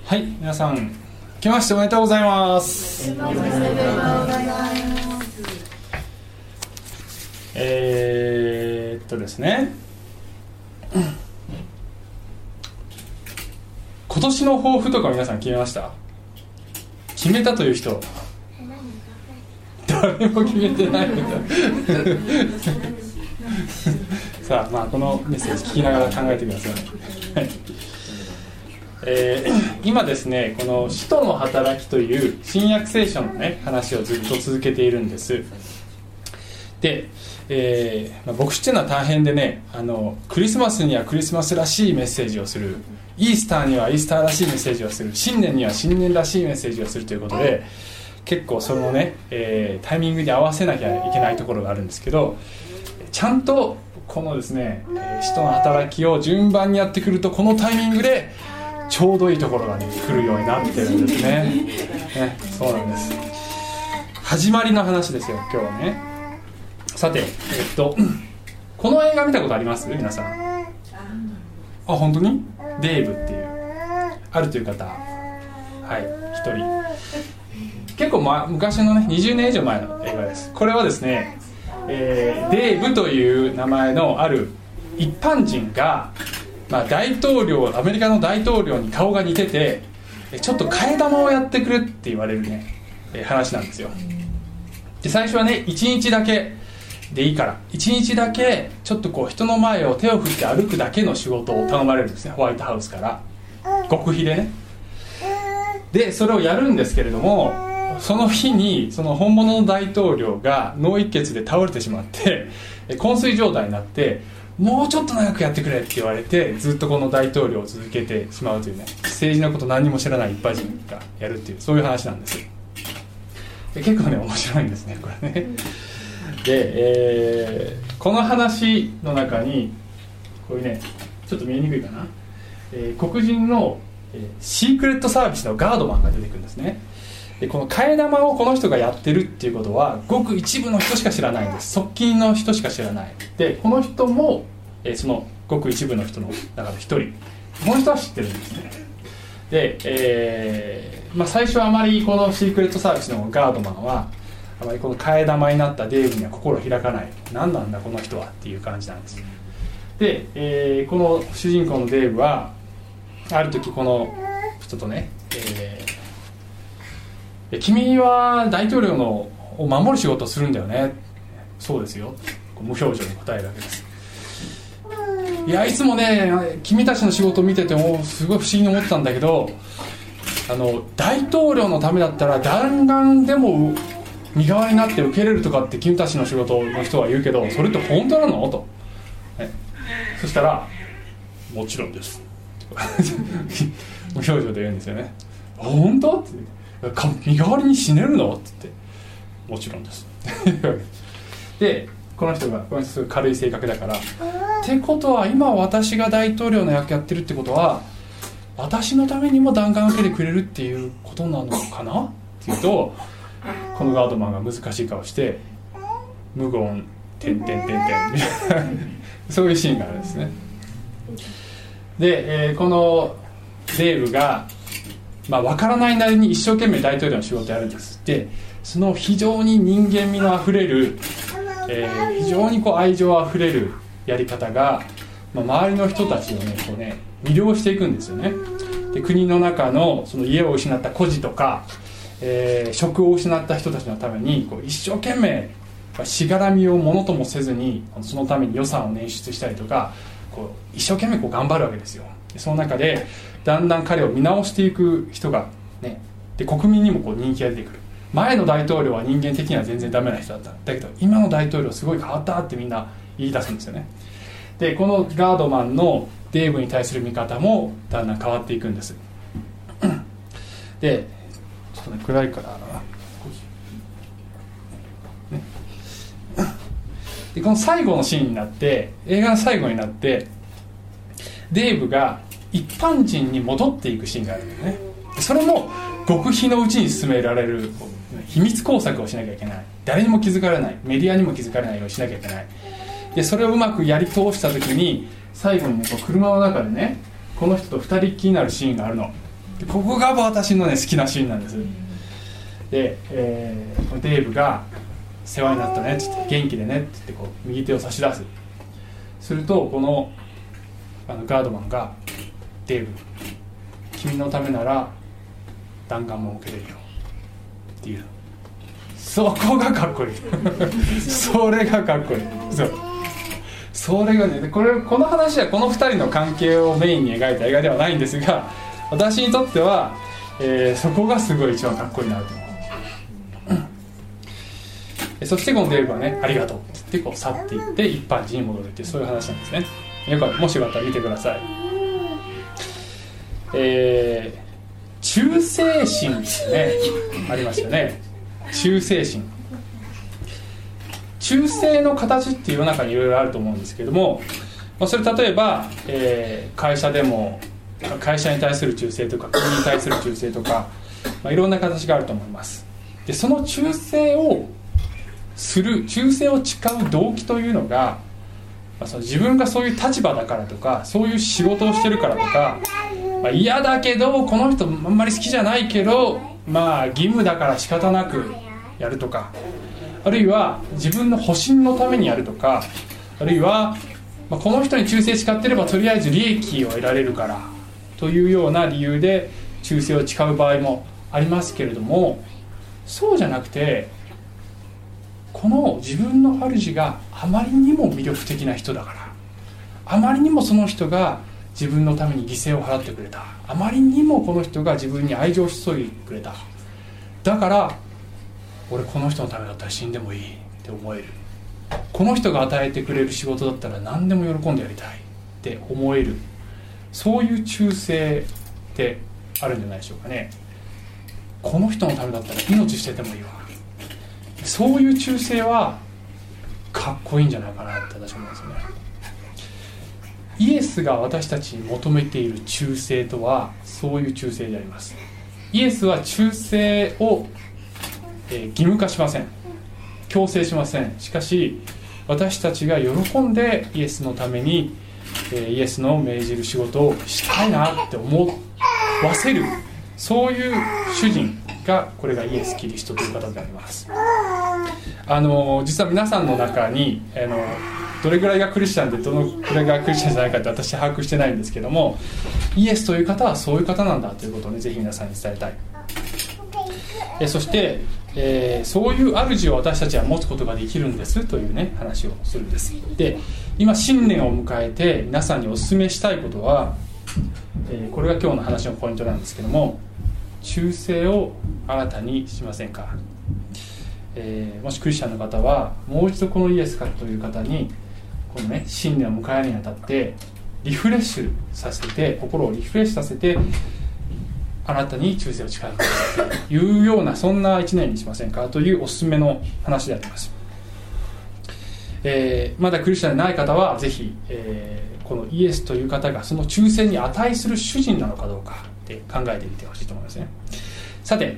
はい、皆さん明けましておめでとうございます。ですね、今年の抱負とか皆さん決めました？決めたという人誰も決めてないみたいさあ、このメッセージ聞きながら考えてください。今ですね、この使徒の働きという新約聖書のね話をずっと続けているんです。で、牧師っていうのは大変でね、クリスマスにはクリスマスらしいメッセージをする、イースターにはイースターらしいメッセージをする、新年には新年らしいメッセージをするということで、結構そのね、タイミングに合わせなきゃいけないところがあるんですけど、ちゃんとこのですね、使徒の働きを順番にやってくると、このタイミングでちょうどいいところが、ね、来るようになってるんですね。そうなんです。始まりの話ですよ、今日はね。さて、この映画見たことあります皆さん？あ、本当に？デイブっていうあるという方、はい一人、結構、昔のね20年以上前の映画です。これはですね、デイブという名前のある一般人が、大統領、アメリカの大統領に顔が似てて、ちょっと替え玉をやってくれって言われるね、話なんですよ。で、最初はね、1日だけでいいから、1日だけちょっとこう人の前を手を振って歩くだけの仕事を頼まれるんですね、ホワイトハウスから極秘でね。でそれをやるんですけれども、その日にその本物の大統領が脳一血で倒れてしまって昏睡状態になって、もうちょっと長くやってくれって言われて、ずっとこの大統領を続けてしまうというね、政治のこと何も知らない一般人がやるっていう、そういう話なんです。で結構ね面白いんですね、これね。で、この話の中にこういうね、ちょっと見えにくいかな、黒人の、シークレットサービスのガードマンが出てくるんですね。でこの替え玉をこの人がやってるっていうことは、ごく一部の人しか知らないんです。側近の人しか知らない。でこの人も、そのごく一部の人の中の一人、この人は知ってるんですね。で、最初はあまりこのシークレットサービスのガードマンはあまりこの替え玉になったデーブには心を開かない。何なんだこの人はっていう感じなんです。で、この主人公のデーブはある時この人とね、君は大統領のを守る仕事をするんだよね。そうですよ、無表情に答えるわけです。いや、いつもね君たちの仕事を見ててもすごい不思議に思ってたんだけど、大統領のためだったら弾丸でも身代わりになって受けれるとかって君たちの仕事の人は言うけど、それって本当なのと、そしたらもちろんです無表情で言うんですよね。本当って身代わりに死ねるのって言って、もちろんですでこの人すごい軽い性格だから、ってことは今私が大統領の役やってるってことは、私のためにも弾丸受けてくれるっていうことなのかなっていうと、このガードマンが難しい顔して無言てんてんてんてんみたいなそういうシーンがあるんですね。で、このデーブが分からないなりに一生懸命大統領の仕事をやるんです。でその非常に人間味のあふれる、非常にこう愛情あふれるやり方が、周りの人たちをね、こうね魅了していくんですよね。で国の中のその家を失った孤児とか、職を失った人たちのためにこう一生懸命しがらみをものともせずにそのために予算を捻出したりとか、こう一生懸命こう頑張るわけですよ。でその中でだんだん彼を見直していく人がね、で国民にもこう人気が出てくる。前の大統領は人間的には全然ダメな人だった。だけど今の大統領すごい変わったってみんな言い出すんですよね。でこのガードマンのデーブに対する見方もだんだん変わっていくんですでちょっとね暗いからねでこの最後のシーンになって、映画の最後になってデーブが一般人に戻っていくシーンがあるんだよね。それも極秘のうちに進められる秘密工作をしなきゃいけない。誰にも気づかれない、メディアにも気づかれないようにしなきゃいけない。でそれをうまくやり通した時に最後にね、こう車の中でねこの人と二人っきりになるシーンがあるの。 でここが私のね好きなシーンなんです。で、デーブが世話になったねって言って元気でねって言ってこう右手を差し出す。するとこのガードマンがデーブ君のためなら弾丸も受けれるよっていう。そこがかっこいいそれがかっこいい。それがね、この話はこの2人の関係をメインに描いた映画ではないんですが、私にとっては、そこがすごい一番かっこいいなと思うそしてこのデーブはねありがとうって言ってこう去っていって一般人に戻るっていうそういう話なんですね。よかったらもしよかったら見てください。忠誠心ですね、ありますよね。忠誠心、忠誠の形っていう世の中にいろいろあると思うんですけども、それ例えば、会社でも会社に対する忠誠とか国に対する忠誠とか、いろんな形があると思います。でその忠誠をする、忠誠を誓う動機というのが、その自分がそういう立場だからとかそういう仕事をしてるからとか、嫌だけどこの人あんまり好きじゃないけど義務だから仕方なくやるとか、あるいは自分の保身のためにやるとか、あるいは、この人に忠誠誓ってればとりあえず利益を得られるからというような理由で忠誠を誓う場合もありますけれども、そうじゃなくてこの自分の主があまりにも魅力的な人だから、あまりにもその人が自分のために犠牲を払ってくれた、あまりにもこの人が自分に愛情を注いでくれた、だから俺この人のためだったら死んでもいいって思える、この人が与えてくれる仕事だったら何でも喜んでやりたいって思える、そういう忠誠ってあるんじゃないでしょうかね。この人のためだったら命捨ててもいいわ、そういう忠誠はかっこいいんじゃないかなって私は思いますね。イエスが私たちに求めている忠誠とはそういう忠誠であります。イエスは忠誠を義務化しません、強制しません。しかし私たちが喜んでイエスのためにイエスの命じる仕事をしたいなって思わせる、そういう主人がこれがイエス・キリストという方であります。実は皆さんの中にどれぐらいがクリスチャンでどのくらいがクリスチャンじゃないかって私把握してないんですけども、イエスという方はそういう方なんだということをね、ぜひ皆さんに伝えたい。そしてそういう主を私たちは持つことができるんですというね話をするんです。で今新年を迎えて皆さんにお勧めしたいことは、これが今日の話のポイントなんですけども、忠誠を新たにしませんか。もしクリスチャンの方はもう一度このイエスという方にこのね新年を迎えるにあたってリフレッシュさせて、心をリフレッシュさせてあなたに忠誠を誓うというような、そんな一年にしませんかというおすすめの話であります。まだクリスチャンでない方はぜひ、このイエスという方がその忠誠に値する主人なのかどうかって考えてみてほしいと思いますね。さて、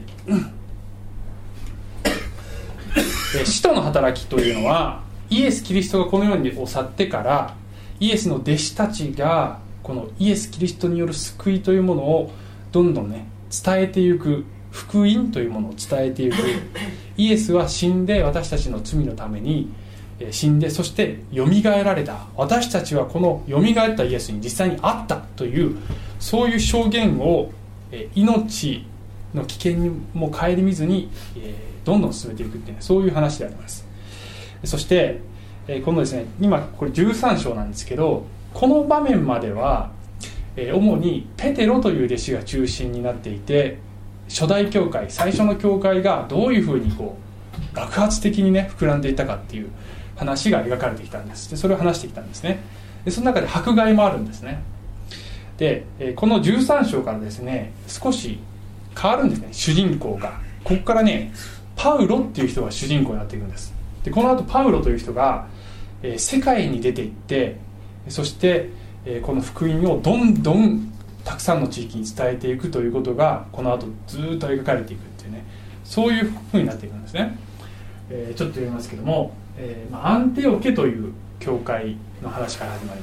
使徒の働きというのはイエス・キリストがこの世に去ってからイエスの弟子たちがこのイエス・キリストによる救いというものをどんどんね伝えていく、福音というものを伝えていく。イエスは死んで私たちの罪のために死んで、そしてよみがえられた、私たちはこのよみがえったイエスに実際に会ったという、そういう証言を命の危険にも顧みずにどんどん進めていくっていう、そういう話であります。そしてこのですね、今これ13章なんですけど、この場面までは主にペテロという弟子が中心になっていて、初代教会、最初の教会がどういうふうにこう爆発的にね膨らんでいったかっていう話が描かれてきたんです。でそれを話してきたんですね。でその中で迫害もあるんですね。でこの13章からですね少し変わるんですね、主人公が。ここからねパウロっていう人が主人公になっていくんです。でこの後パウロという人が世界に出ていって、そしてこの福音をどんどんたくさんの地域に伝えていくということがこの後ずっと描かれていくっていうね、そういう風になっていくんですね。ちょっと読みますけども、アンテオケという教会の話から始まります。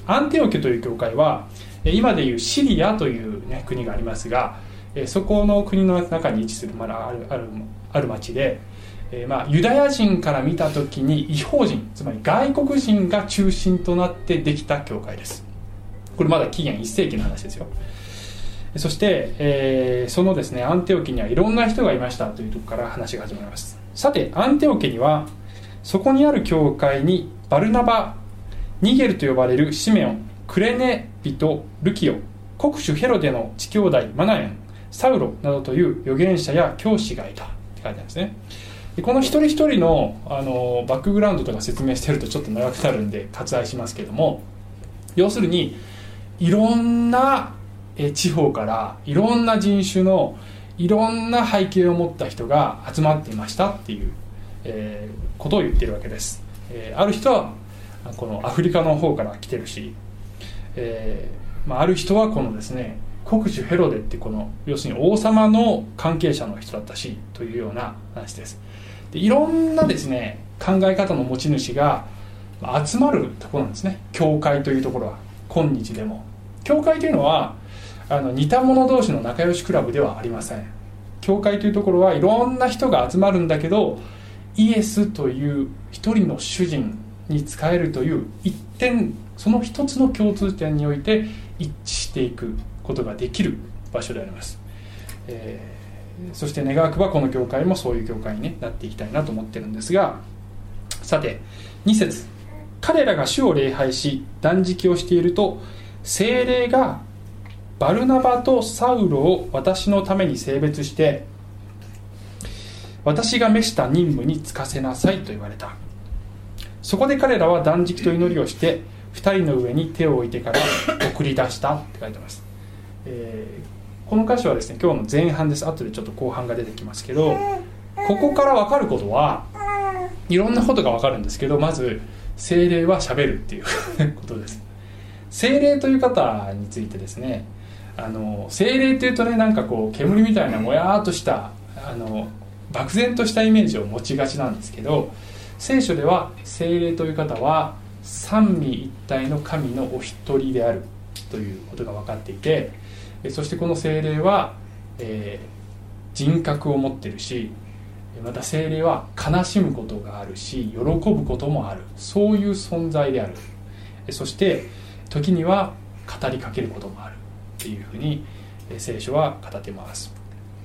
アンテオケという教会は今でいうシリアという、ね、国がありますが、そこの国の中に位置する、ある町で、ユダヤ人から見た時に異邦人、つまり外国人が中心となってできた教会です。これまだ紀元1世紀の話ですよ。そして、そのですねアンテオケにはいろんな人がいましたというところから話が始まります。さてアンテオケにはそこにある教会にバルナバ、ニゲルと呼ばれるシメオン、クレネ人ルキオ、国主ヘロデの地兄弟マナエン、サウロなどという預言者や教師がいたって書いてあるんですね。でこの一人一人の、バックグラウンドとか説明してるとちょっと長くなるんで割愛しますけども、要するにいろんな地方からいろんな人種のいろんな背景を持った人が集まっていましたっていう、ことを言っているわけです。ある人はこのアフリカの方から来てるし、ある人はこのですね国主ヘロデってこの要するに王様の関係者の人だったしというような話です。でいろんなですね考え方の持ち主が集まるところなんですね。教会というところは今日でも教会というのは似た者同士の仲良しクラブではありません。教会というところはいろんな人が集まるんだけど、イエスという一人の主人に仕えるという一点、その一つの共通点において一致していくことができる場所であります。そして願わくばこの教会もそういう教会に、なっていきたいなと思ってるんですが、さて2節、彼らが主を礼拝し断食をしていると聖霊がバルナバとサウロを私のために性別して私が召した任務に就かせなさいと言われた。そこで彼らは断食と祈りをして2人の上に手を置いてから送り出したって書いてます。この箇所はですね今日の前半です。後でちょっと後半が出てきますけど、ここから分かることはいろんなことが分かるんですけど、まず聖霊はしゃべるっていうことです。聖霊という方についてですね、聖霊というとねなんかこう煙みたいなもやーっとした漠然としたイメージを持ちがちなんですけど、聖書では聖霊という方は三位一体の神のお一人であるということが分かっていて、そしてこの聖霊は、人格を持っているし、また聖霊は悲しむことがあるし喜ぶこともある、そういう存在である。そして時には語りかけることもあるっていうふうに聖書は語っています。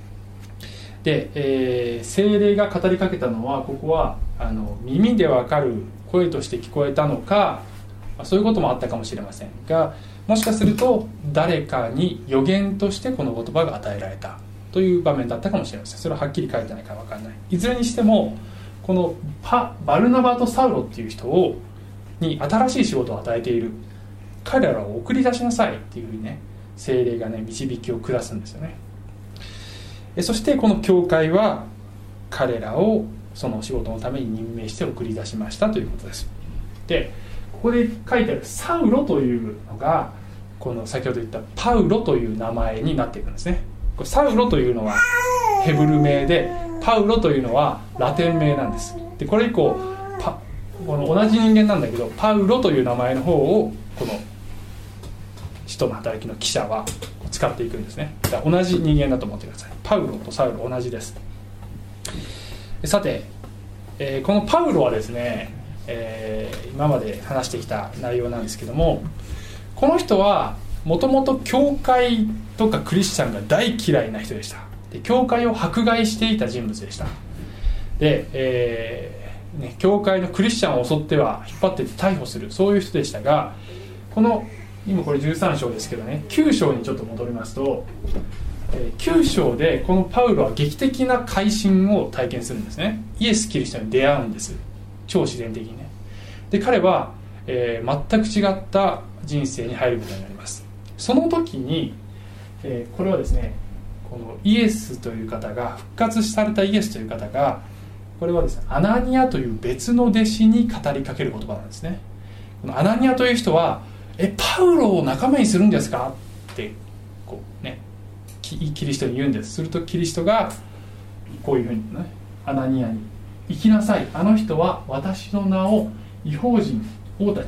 で、聖霊が語りかけたのはここは耳でわかる声として聞こえたのか、そういうこともあったかもしれませんが、もしかすると誰かに予言としてこの言葉が与えられたという場面だったかもしれません。それははっきり書いてないから分からない。いずれにしてもこのバルナバとサウロっていう人に新しい仕事を与えている、彼らを送り出しなさいっていうふうにね聖霊がね導きを下すんですよね。そしてこの教会は彼らをその仕事のために任命して送り出しましたということです。でここで書いてあるサウロというのがこの先ほど言ったパウロという名前になっていくんですね。これサウロというのはヘブル名で、パウロというのはラテン名なんです。でこれ以降この同じ人間なんだけどパウロという名前の方をこの使徒の働きの記者は使っていくんですね。だから同じ人間だと思ってください。パウロとサウロ同じです。さて、このパウロはですね、今まで話してきた内容なんですけども、この人はもともと教会とかクリスチャンが大嫌いな人でした。で教会を迫害していた人物でした。で、教会のクリスチャンを襲っては引っ張って逮捕する、そういう人でしたが、この今これ13章ですけどね、9章にちょっと戻りますと、9章でこのパウロは劇的な改心を体験するんですね。イエス・キリストに出会うんです。超自然的にね。で彼は、全く違った人生に入ることになります。その時に、これはですねこのイエスという方が復活されたイエスという方が、これはですねアナニアという別の弟子に語りかける言葉なんですね。このアナニアという人はパウロを仲間にするんですかってこうねキリストに言うんです。するとキリストがこういうふうにねアナニアに行きなさい、あの人は私の名を異邦人王たち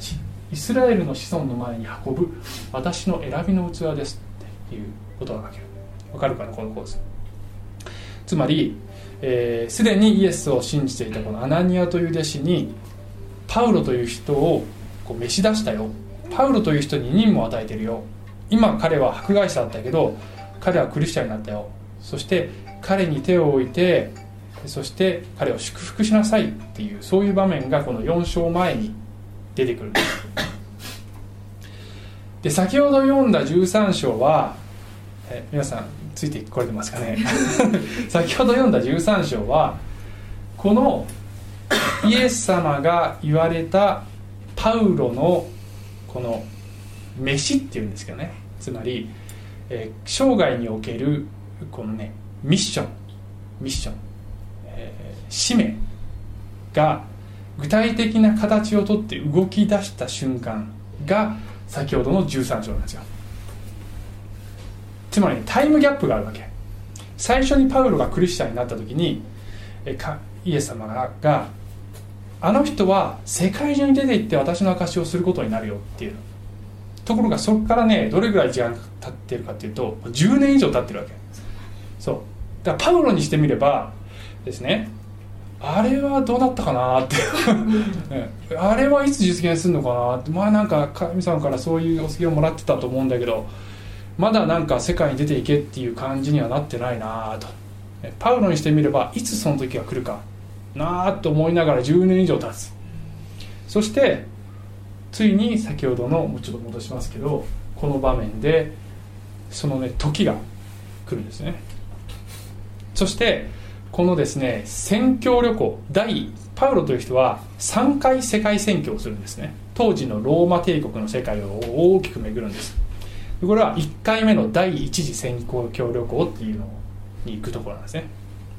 イスラエルの子孫の前に運ぶ私の選びの器ですっていうことが書ける。わかるかな、この構図。つまりすでにイエスを信じていたこのアナニアという弟子にパウロという人をこう召し出したよ。パウロという人に任務を与えてるよ。今彼は迫害者だったけど彼はクリスチャンになったよ。そして彼に手を置いて、そして彼を祝福しなさいっていう、そういう場面がこの4章前に出てくるんです。で、先ほど読んだ13章は皆さんついてこれてますかね先ほど読んだ13章はこのイエス様が言われたパウロのこの召しっていうんですけどね、つまり、生涯におけるこのねミッション、使命が具体的な形をとって動き出した瞬間が先ほどの13章なんですよ。つまりタイムギャップがあるわけ。最初にパウロがクリスチャンになった時にイエス様があの人は世界中に出て行って私の証しをすることになるよっていうところが、そこからねどれぐらい時間が経ってるかっていうと10年以上経ってるわけ。そうだからパウロにしてみればですね、あれはどうだったかなってあれはいつ実現するのかなって、まあなんか神様からそういうお告げをもらってたと思うんだけど、まだなんか世界に出ていけっていう感じにはなってないなと。パウロにしてみればいつその時が来るかなと思いながら10年以上経つ。そしてついに先ほどの、もうちょっと戻しますけど、この場面でそのね時が来るんですね。そしてこのですね宣教旅行、パウロという人は3回世界宣教をするんですね。当時のローマ帝国の世界を大きく巡るんです。これは1回目の第一次宣教旅行っていうのに行くところなんですね。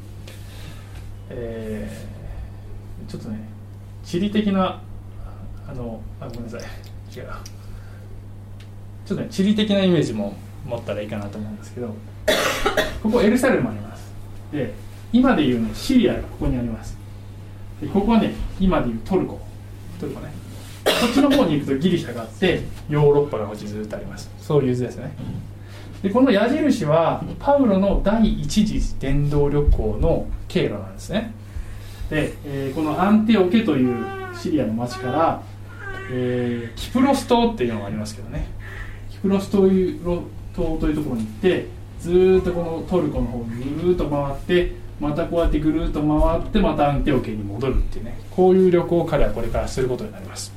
ちょっとね地理的なごめんなさい、違う、ちょっとね地理的なイメージも持ったらいいかなと思うんですけどここエルサレムあります。で今でいうねシリアがここにあります。でここはね今でいうトルコね、こっちの方に行くとギリシャがあってヨーロッパがこっちずっとあります。そういう図ですね。でこの矢印はパウロの第一次伝道旅行の経路なんですね。で、このアンテオケというシリアの町から、キプロス島っていうのがありますけどね、キプロス島というところに行ってずっとこのトルコの方にぐるっと回ってまたこうやってぐるっと回ってまたアンテオケに戻るっていうね、こういう旅行を彼はこれからすることになります。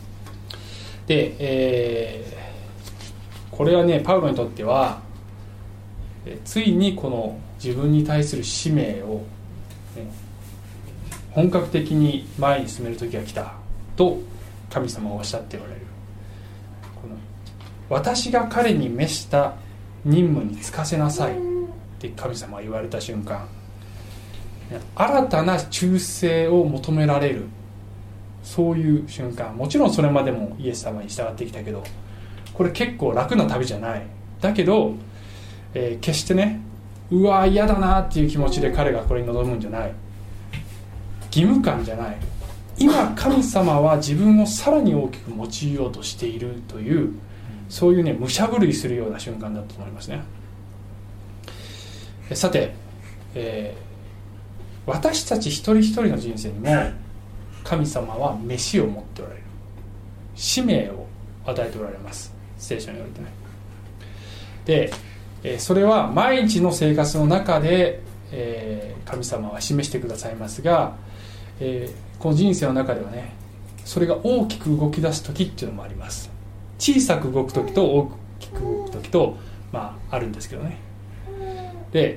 で、これはねパウロにとってはついにこの自分に対する使命を、本格的に前に進める時が来たと神様はおっしゃっておられる。この私が彼に召した任務に就かせなさいって神様が言われた瞬間、新たな忠誠を求められる、そういう瞬間。もちろんそれまでもイエス様に従ってきたけど、これ結構楽な旅じゃない。だけど、決してねうわ嫌だなっていう気持ちで彼がこれに臨むんじゃない。義務感じゃない。今神様は自分をさらに大きく用いようとしているという、そういうね武者震いするような瞬間だと思いますね。さて、私たち一人一人の人生にも神様は召しを持っておられる、使命を与えておられます。聖書においてね。で、それは毎日の生活の中で、神様は示してくださいますが、この人生の中ではねそれが大きく動き出す時っていうのもあります。小さく動く時と大きく動く時と、あるんですけどね。で、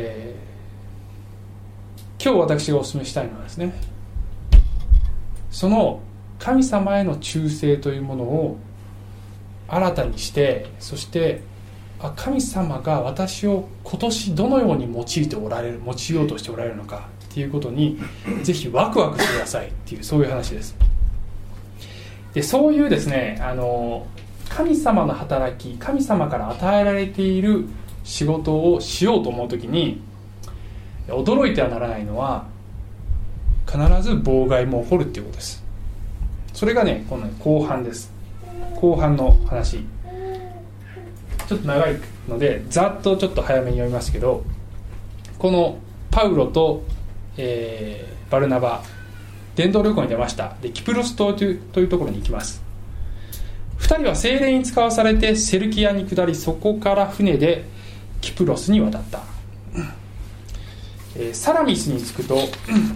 今日私がお勧めしたいのはですね、その神様への忠誠というものを新たにして、そして神様が私を今年どのように用いようとしておられるのかっていうことにぜひワクワクしてくださいっていう、そういう話です。でそういうですね神様の働き、神様から与えられている仕事をしようと思うときに驚いてはならないのは、必ず妨害も起こるっていうことです。それがねこの後半です。 後半の話、ちょっと長いのでざっとちょっと早めに読みますけど、このパウロと、バルナバ、伝道旅行に出ました。でキプロス島というところに行きます。2人は聖霊に使わされてセルキアに下り、そこから船でキプロスに渡った。サラミスに着くと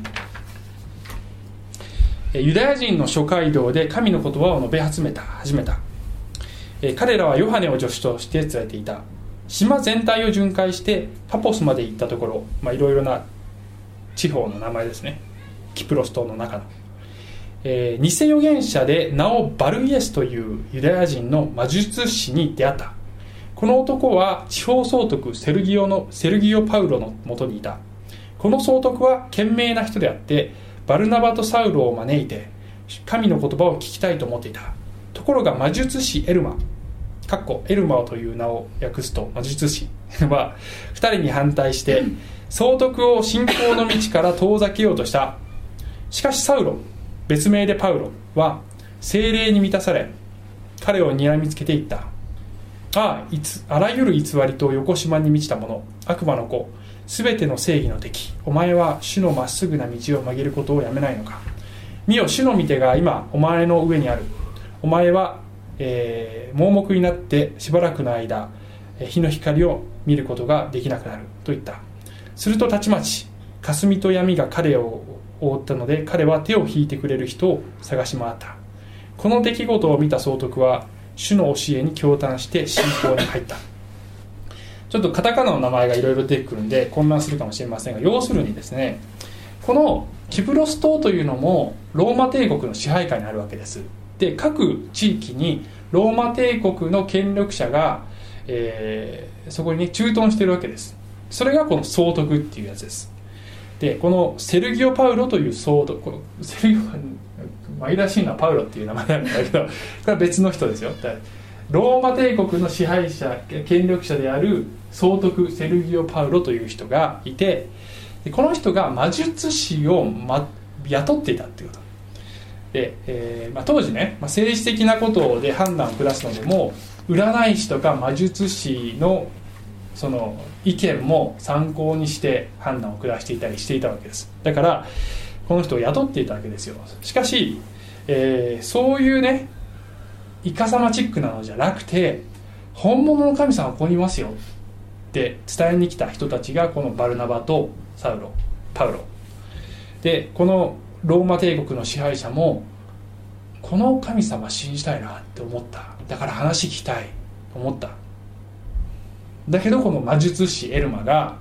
ユダヤ人の諸街道で神の言葉を述べ始めた。彼らはヨハネを助手として連れていた。島全体を巡回してパポスまで行ったところ、いろいろな地方の名前ですね、キプロス島の中の、偽預言者で名をバルイエスというユダヤ人の魔術師に出会った。この男は地方総督セルギオパウロのもとにいた。この総督は賢明な人であって、バルナバとサウロを招いて神の言葉を聞きたいと思っていた。ところが魔術師エルマという名を訳すと魔術師は2人に反対して総督を信仰の道から遠ざけようとした。しかしサウロ、別名でパウロは聖霊に満たされ、彼を睨みつけていった。あらゆる偽りと横島に満ちた者、悪魔の子、すべての正義の敵、お前は主のまっすぐな道を曲げることをやめないのか。見よ、主の御手が今お前の上にある。お前は、盲目になってしばらくの間日の光を見ることができなくなると言った。するとたちまち霞と闇が彼を覆ったので、彼は手を引いてくれる人を探し回った。この出来事を見た総督は主の教えに驚嘆して信仰に入った。ちょっとカタカナの名前がいろいろ出てくるんで混乱するかもしれませんが、要するにですね、このキプロス島というのもローマ帝国の支配下にあるわけです。で、各地域にローマ帝国の権力者が、そこに、駐屯しているわけです。それがこの総督っていうやつです。で、このセルギオ・パウロという総督、このセルギオ、紛らわしいのはパウロっていう名前なんだけど、これは別の人ですよ。ローマ帝国の支配者、権力者である総督セルギオ・パウロという人がいて、この人が魔術師を、雇っていたっていうことで、当時ね、政治的なことで判断を下すのでも占い師とか魔術師のその意見も参考にして判断を下していたりしていたわけです。だからこの人を雇っていたわけですよ。しかし、そういうねイカサマチックなのじゃなくて、本物の神様はここにいますよって伝えに来た人たちがこのバルナバとパウロで、このローマ帝国の支配者もこの神様信じたいなって思った。だから話聞きたいと思った。だけどこの魔術師エルマが、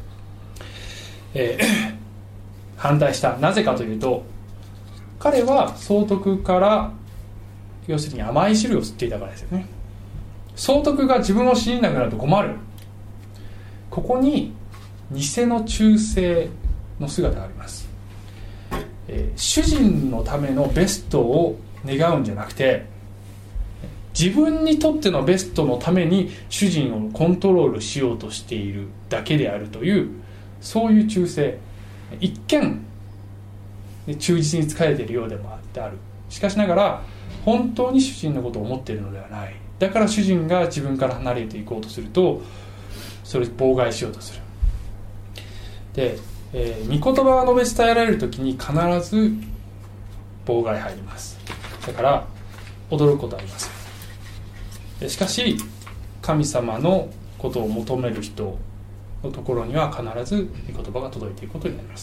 反対した。なぜかというと、彼は総督から要するに甘い汁を吸っていたからですよね。総督が自分を信じなくなると困る。ここに偽の忠誠の姿があります。主人のためのベストを願うんじゃなくて、自分にとってのベストのために主人をコントロールしようとしているだけであるという、そういう忠誠、一見忠実に仕えているようでもある。しかしながら本当に主人のことを思っているのではない。だから主人が自分から離れていこうとすると、それを妨害しようとする。で、御言葉が述べ伝えられるときに必ず妨害入ります。だから驚くことはありません。しかし神様のことを求める人のところには必ず御言葉が届いていくことになります。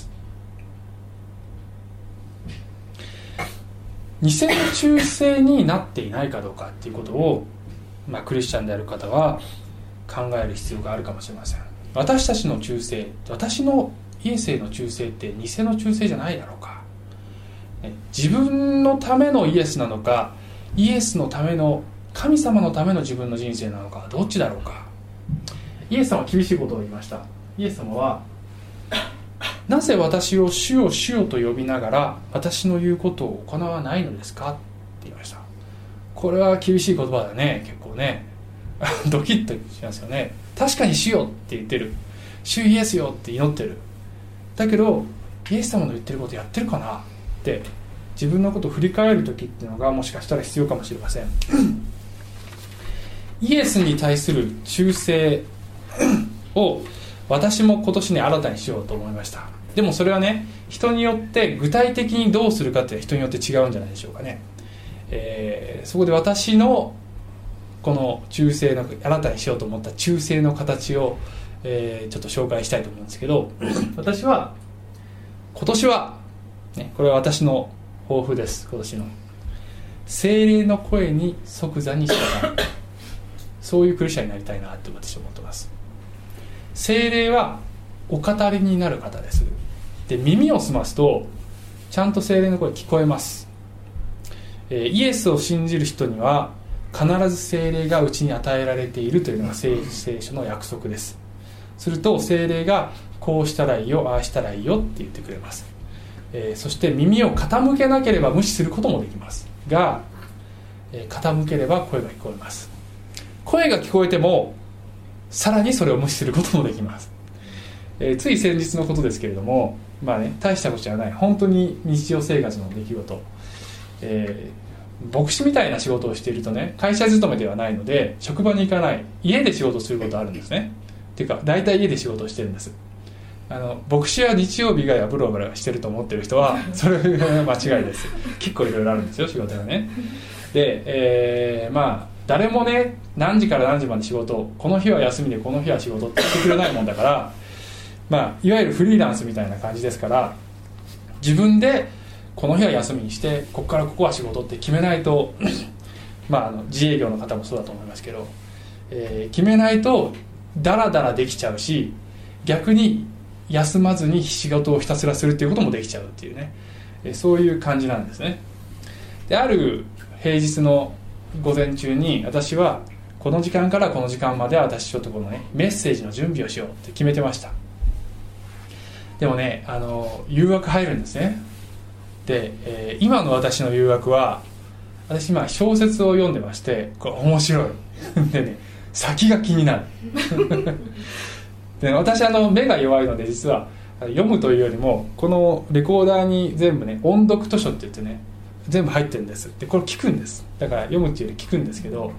偽の忠誠になっていないかどうかっていうことを、クリスチャンである方は考える必要があるかもしれません。私たちの忠誠、私のイエスへの忠誠って偽の忠誠じゃないだろうか。自分のためのイエスなのか、イエスのための神様のための自分の人生なのか、どっちだろうか。イエス様は厳しいことを言いました。イエス様は、なぜ私を主よ主よと呼びながら私の言うことを行わないのですかって言いました。これは厳しい言葉だね。結構ねドキッとしますよね。確かに主よって言ってる、主イエスよって祈ってる。だけどイエス様の言ってることやってるかなって自分のことを振り返る時っていうのがもしかしたら必要かもしれませんイエスに対する忠誠を私も今年ね新たにしようと思いました。でもそれはね、人によって具体的にどうするかって人によって違うんじゃないでしょうかね。そこで私のこの忠誠の新たにしようと思った忠誠の形を、ちょっと紹介したいと思うんですけど、私は今年は、ね、これは私の抱負です。今年の聖霊の声に即座に従うそういうクリスチャンになりたいなと私は思ってます。聖霊はお語りになる方です。で、耳を澄ますとちゃんと聖霊の声聞こえます。イエスを信じる人には必ず聖霊がうちに与えられているというのが聖書の約束です。すると聖霊がこうしたらいいよ、ああしたらいいよって言ってくれます。そして耳を傾けなければ無視することもできますが、傾ければ声が聞こえます。声が聞こえてもさらにそれを無視することもできます。つい先日のことですけれども、まあね、大したことじゃない本当に日常生活の出来事、牧師みたいな仕事をしているとね、会社勤めではないので職場に行かない、家で仕事することあるんですね。っていうか大体家で仕事をしてるんです。牧師は日曜日以外はブロブラしてると思ってる人はそれは間違いです。結構いろいろあるんですよ、仕事がね。で、まあ誰もね何時から何時まで仕事、この日は休みでこの日は仕事って言ってくれないもんだから、まあいわゆるフリーランスみたいな感じですから、自分でこの日は休みにしてここからここは仕事って決めないとまあ自営業の方もそうだと思いますけど、決めないとダラダラできちゃうし、逆に休まずに仕事をひたすらするっていうこともできちゃうっていうね、そういう感じなんですね。で、ある平日の午前中に私はこの時間からこの時間までは私ちょっとこのねメッセージの準備をしようって決めてました。でもね、誘惑入るんですね。で、今の私の誘惑は、私今小説を読んでまして、これ面白いでね、先が気になるで、私目が弱いので実は読むというよりもこのレコーダーに全部ね音読図書って言ってね全部入ってるんです。でこれ聞くんです。だから読むっていうより聞くんですけど、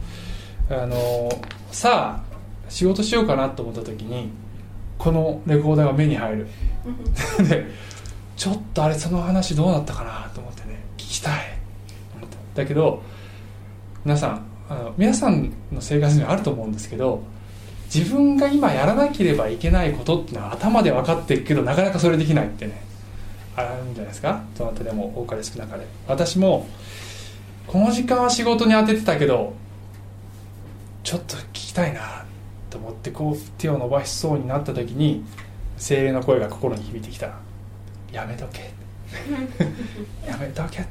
さあ仕事しようかなと思った時にこのレコーダーが目に入るでちょっとあれその話どうなったかなと思ってね聞きたいと思った。だけど皆さんの生活にはあると思うんですけど、自分が今やらなければいけないことっていうのは頭で分かってるけどなかなかそれできないってねあるんじゃないですか。どなたでも多かれ少なかれ。私もこの時間は仕事に当ててたけどちょっと聞きたいなと思ってこう手を伸ばしそうになった時に聖霊の声が心に響いてきた。やめとけやめとけ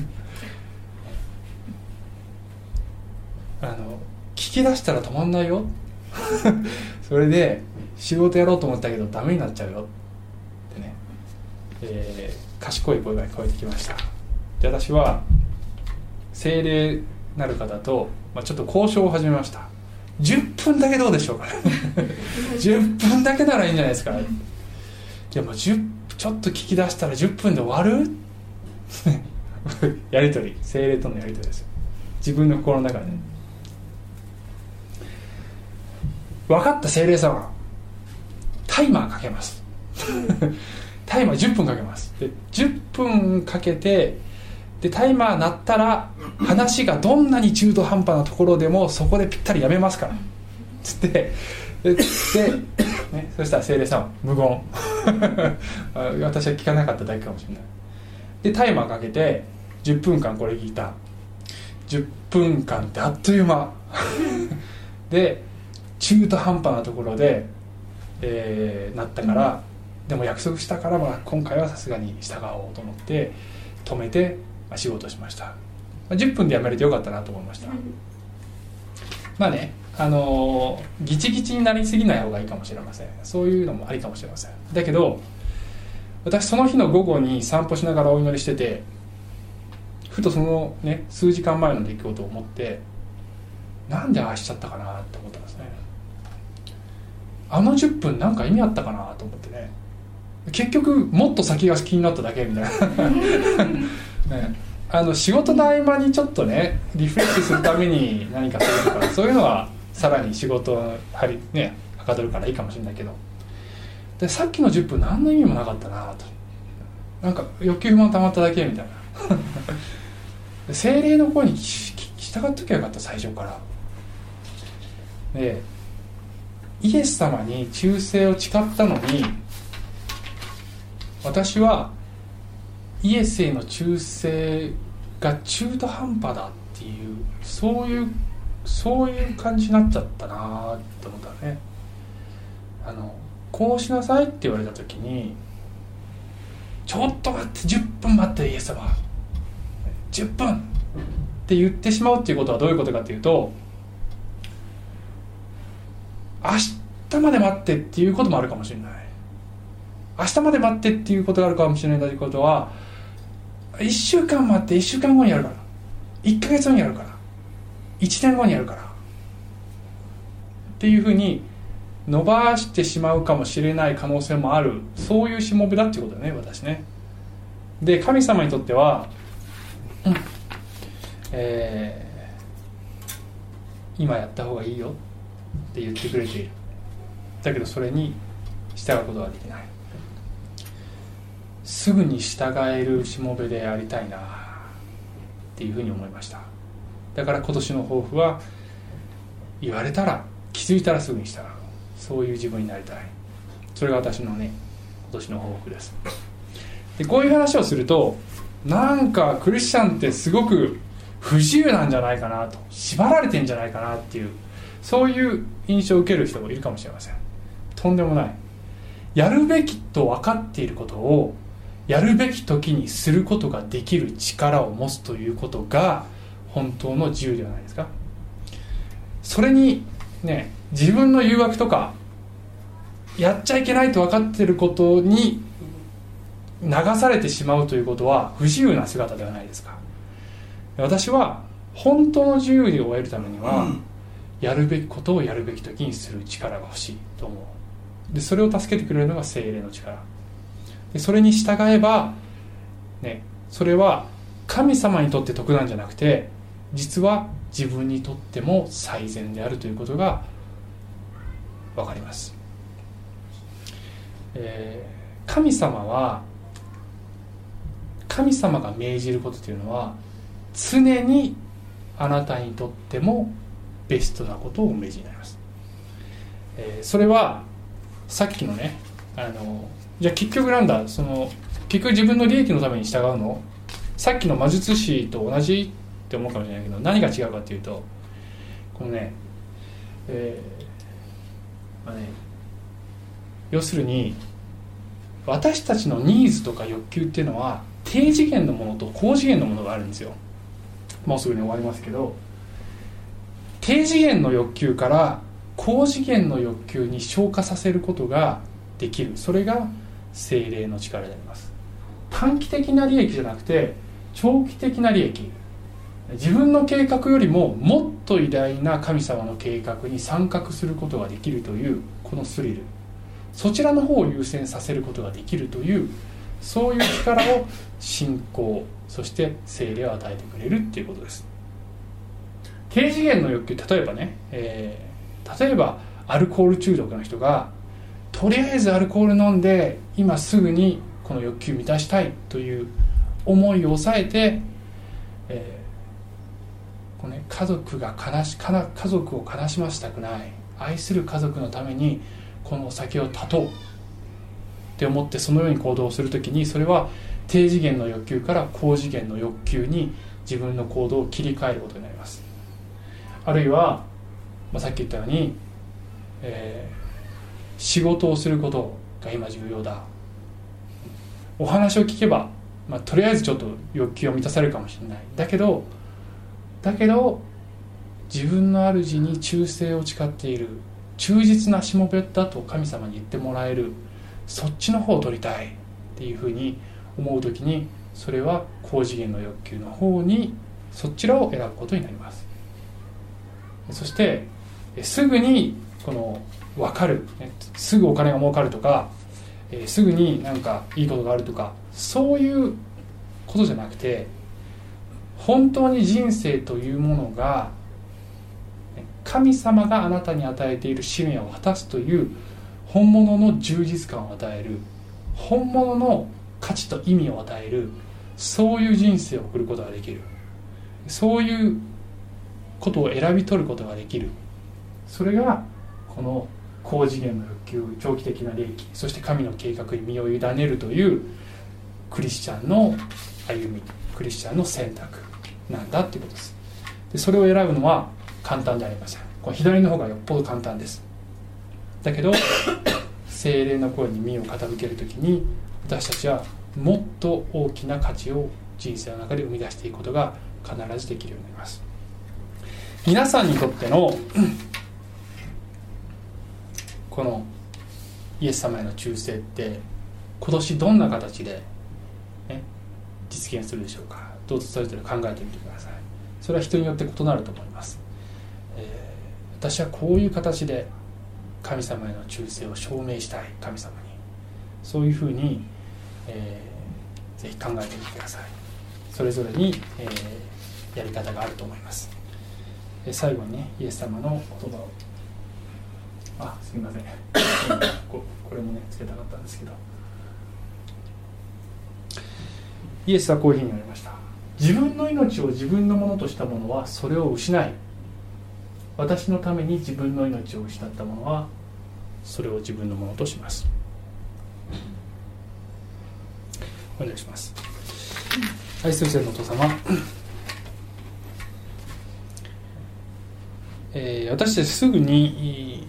聞き出したら止まんないよそれで仕事やろうと思ったけどダメになっちゃうよってね、賢い声が聞こえてきました。で、私は聖霊なる方と、ちょっと交渉を始めました。10分だけどうでしょうか10分だけならいいんじゃないですか。いやもうちょっと聞き出したら10分で終わるやり取り、聖霊とのやり取りですよ。自分の心の中で、ね、分かった聖霊様タイマーかけますタイマー10分かけます。で10分かけて、でタイマー鳴ったら話がどんなに中途半端なところでもそこでぴったりやめますからつってで、ね、そしたら聖霊さん無言私は聞かなかっただけかもしれない。でタイマーかけて10分間これ聞いた。10分間ってあっという間で中途半端なところで、なったから、でも約束したから、今回はさすがに従おうと思って止めて、仕事をしました。10分でやめれてよかったなと思いました。まあね、ギチギチになりすぎない方がいいかもしれません。そういうのもありかもしれません。だけど私その日の午後に散歩しながらお祈りしてて、ふとそのね数時間前の出来事を思って、なんでああしちゃったかなって思ったんですね。あの10分なんか意味あったかなと思ってね、結局もっと先が気になっただけみたいな、ね、仕事の合間にちょっとねリフレッシュするために何かするとかそういうのはさらに仕事をはかどるからいいかもしれないけど、でさっきの10分何の意味もなかったなと、なんか欲求不満溜まっただけみたいな精霊の声に従っときゃよかった最初から。でイエス様に忠誠を誓ったのに、私はイエスへの忠誠が中途半端だっていう、そういう感じになっちゃったなと思ったね。こうしなさいって言われた時に、ちょっと待って10分待ってイエス様10分って言ってしまうっていうことはどういうことかっていうと、明日まで待ってっていうこともあるかもしれない。明日まで待ってっていうことがあるかもしれないということは、1週間待って1週間後にやるから、1ヶ月後にやるから、1年後にやるからっていうふうに伸ばしてしまうかもしれない可能性もある、そういうしもべだっていうことだね、私ね。で神様にとっては、今やった方がいいよって言ってくれている。だけどそれに従うことができない。すぐに従えるしもべでありたいなっていうふうに思いました。だから今年の抱負は、言われたら気づいたらすぐに従う、そういう自分になりたい。それが私のね、今年の抱負です。でこういう話をすると、なんかクリスチャンってすごく不自由なんじゃないかなと、縛られてんじゃないかなっていう、そういう印象を受ける人もいるかもしれません。とんでもない。やるべきと分かっていることをやるべき時にすることができる力を持つということが本当の自由ではないですか。それにね、自分の誘惑とかやっちゃいけないと分かっていることに流されてしまうということは不自由な姿ではないですか。私は本当の自由を得るためには、やるべきことをやるべき時にする力が欲しいと思う。でそれを助けてくれるのが聖霊の力で、それに従えば、ね、それは神様にとって得なんじゃなくて、実は自分にとっても最善であるということが分かります。神様が命じることというのは、常にあなたにとってもベストなことをお命じになります。それはさっきのね、じゃあ結局なんだ、結局自分の利益のために従うの、さっきの魔術師と同じって思うかもしれないけど、何が違うかっていうと、このね、要するに私たちのニーズとか欲求っていうのは低次元のものと高次元のものがあるんですよ。もうすぐに終わりますけど、低次元の欲求から高次元の欲求に昇華させることができる、それが聖霊の力であります。短期的な利益じゃなくて長期的な利益、自分の計画よりももっと偉大な神様の計画に参画することができるというこのスリル、そちらの方を優先させることができるという、そういう力を信仰、そして聖霊を与えてくれるっていうことです。低次元の欲求、例えばね、例えばアルコール中毒の人がとりあえずアルコール飲んで今すぐにこの欲求を満たしたいという思いを抑えて、家族を悲しませたくない、愛する家族のためにこのお酒を断とうって思ってそのように行動するときに、それは低次元の欲求から高次元の欲求に自分の行動を切り替えることになります。あるいは、さっき言ったように、仕事をすることが今重要だ、お話を聞けば、とりあえずちょっと欲求を満たされるかもしれない、だけど自分の主に忠誠を誓っている忠実なしもべだと神様に言ってもらえる、そっちの方を取りたいっていうふうに思うときに、それは高次元の欲求の方にそちらを選ぶことになります。そしてすぐに分かる、すぐお金が儲かるとか、すぐになんかいいことがあるとか、そういうことじゃなくて、本当に人生というものが神様があなたに与えている使命を果たすという本物の充実感を与える、本物の価値と意味を与える、そういう人生を送ることができる、そういうことを選び取ることができる。それがこの高次元の欲求、長期的な利益、そして神の計画に身を委ねるというクリスチャンの歩み、クリスチャンの選択なんだということです。でそれを選ぶのは簡単でありません。これ左の方がよっぽど簡単です。だけど聖霊の声に耳を傾けるときに、私たちはもっと大きな価値を人生の中で生み出していくことが必ずできるようになります。皆さんにとってのこのイエス様への忠誠って今年どんな形で、実現するでしょうか。どうぞそれぞれ考えてみてください。それは人によって異なると思います。私はこういう形で神様への忠誠を証明したい、神様に、そういうふうに、ぜひ考えてみてください。それぞれに、やり方があると思います。最後にね、イエス様の言葉を、すみませんこれもねつけたかったんですけど、イエスはこういうふうに言われました。自分の命を自分のものとした者はそれを失い、私のために自分の命を失った者はそれを自分のものとします。お願いします。愛する天のお父様、私たちすぐに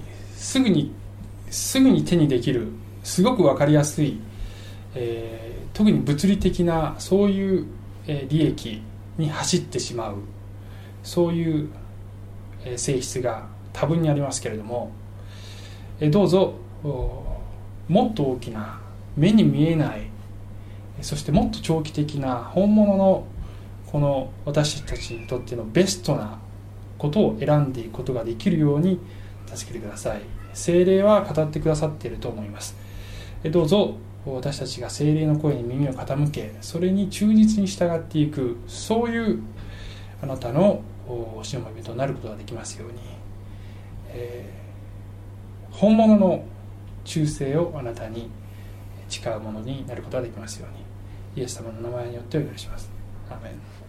手にできる、すごく分かりやすい、特に物理的なそういう利益に走ってしまう、そういう性質が多分にありますけれども、どうぞもっと大きな目に見えない、そしてもっと長期的な本物のこの私たちにとってのベストなことを選んでいくことができるように助けてください。聖霊は語ってくださっていると思います。どうぞ私たちが聖霊の声に耳を傾け、それに忠実に従っていく、そういうあなたのしもべとなることができますように、本物の忠誠をあなたに誓うものになることができますように、イエス様の名前によってお祈りします。アーメン。